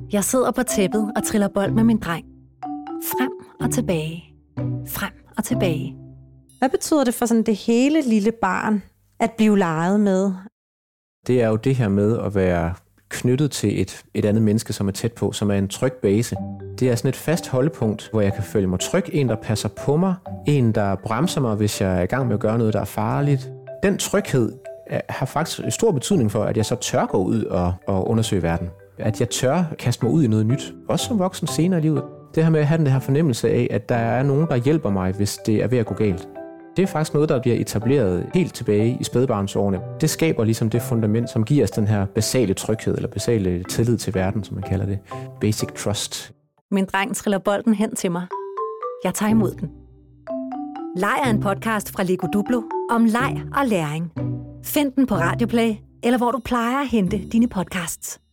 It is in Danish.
Jeg sidder på tæppet og triller bold med min dreng. Frem og tilbage. Frem og tilbage. Hvad betyder det for sådan det hele lille barn at blive leget med? Det er jo det her med at være knyttet til et andet menneske, som er tæt på, som er en tryg base. Det er sådan et fast holdepunkt, hvor jeg kan føle mig tryg. En, der passer på mig. En, der bremser mig, hvis jeg er i gang med at gøre noget, der er farligt. Den tryghed har faktisk stor betydning for, at jeg så tør gå ud og undersøge verden. At jeg tør kaste mig ud i noget nyt, også som voksen senere i livet. Det her med at have den her fornemmelse af, at der er nogen, der hjælper mig, hvis det er ved at gå galt. Det er faktisk noget, der bliver etableret helt tilbage i spædbarnsårene. Det skaber ligesom det fundament, som giver os den her basale tryghed, eller basale tillid til verden, som man kalder det. Basic trust. Min dreng triller bolden hen til mig. Jeg tager imod den. Leg er en podcast fra Lego Duplo om leg og læring. Find den på Radioplay, eller hvor du plejer at hente dine podcasts.